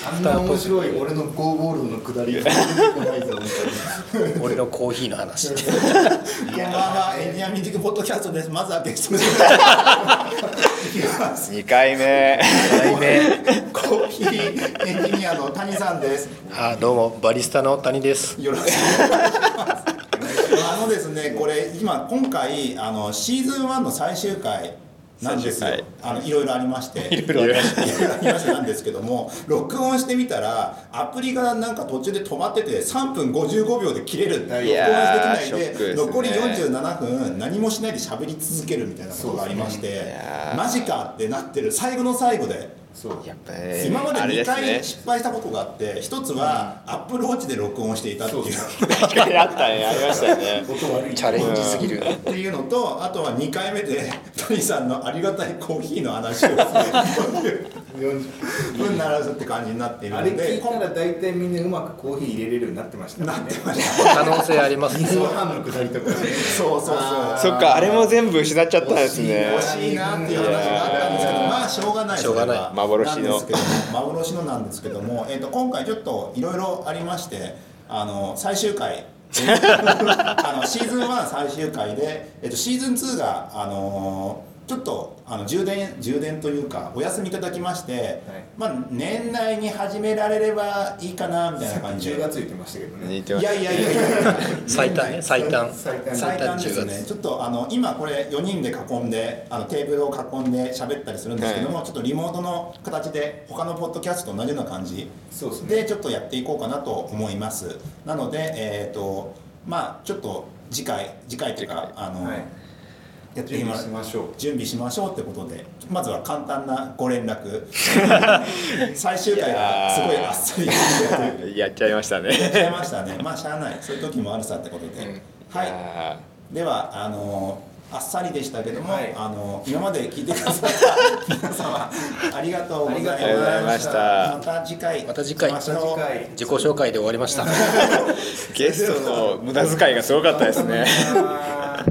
あんな面白い俺のゴーゴールドの下り出てこないぞ俺のコーヒーの話こんばんは、エンジニアミュージックポッドキャストです。まずはゲストです 2回目コーヒーエンジニアの谷さんです。 どうもバリスタの谷です。 よろしくお願いしますですね、これ今回シーズン1の最終回なんですよ。いろいろありましていろいろありましてなんですけども、録音してみたらアプリがなんか途中で止まってて3分55秒で切れるっていう、録音できないで残り47分何もしないで喋り続けるみたいなことがありまして、マジかってなってる最後の最後で。 やっぱ今まで2回失敗したことがあって、一つはアップルウォッチで録音していたっていう確かにあったね、ありましたよねチャレンジすぎるっていうのと、あとは2回目でトニさんのありがたいコーヒーの話を40分ならずって感じになっているので、 あれ聞いたら大体みんなうまくコーヒー入れれるようになってましたね。 なってました可能性ありますね。 水の半の下りとかね。 そうそっか、あれも全部失っちゃったんですね。 惜しいなっていう話があったんですけど、まあしょうがない、 しょうがない、 幻のなんですけども、今回ちょっといろいろありまして、最終回シーズン1最終回で、シーズン2がちょっと充電というかお休みいただきまして、はい、まあ年内に始められればいいかなみたいな感じで。 10月言ってましたけどね。 いや最短ですね。ちょっと今これ4人で囲んでテーブルを囲んで喋ったりするんですけども、ちょっとリモートの形で他のポッドキャストと同じような感じでちょっとやっていこうかなと思います。なのでまあちょっと次回というかやってみましょう。準備しましょうってことで、まずは簡単なご連絡最終回はすごいあっさりやっちゃいましたね。 まあしゃあない、そういう時もあるさってことで、はい。ではあっさりでしたけども、今まで聞いてくださった皆様ありがとうございました。また次回自己紹介で終わりました。 ゲストの無駄遣いがすごかったですね。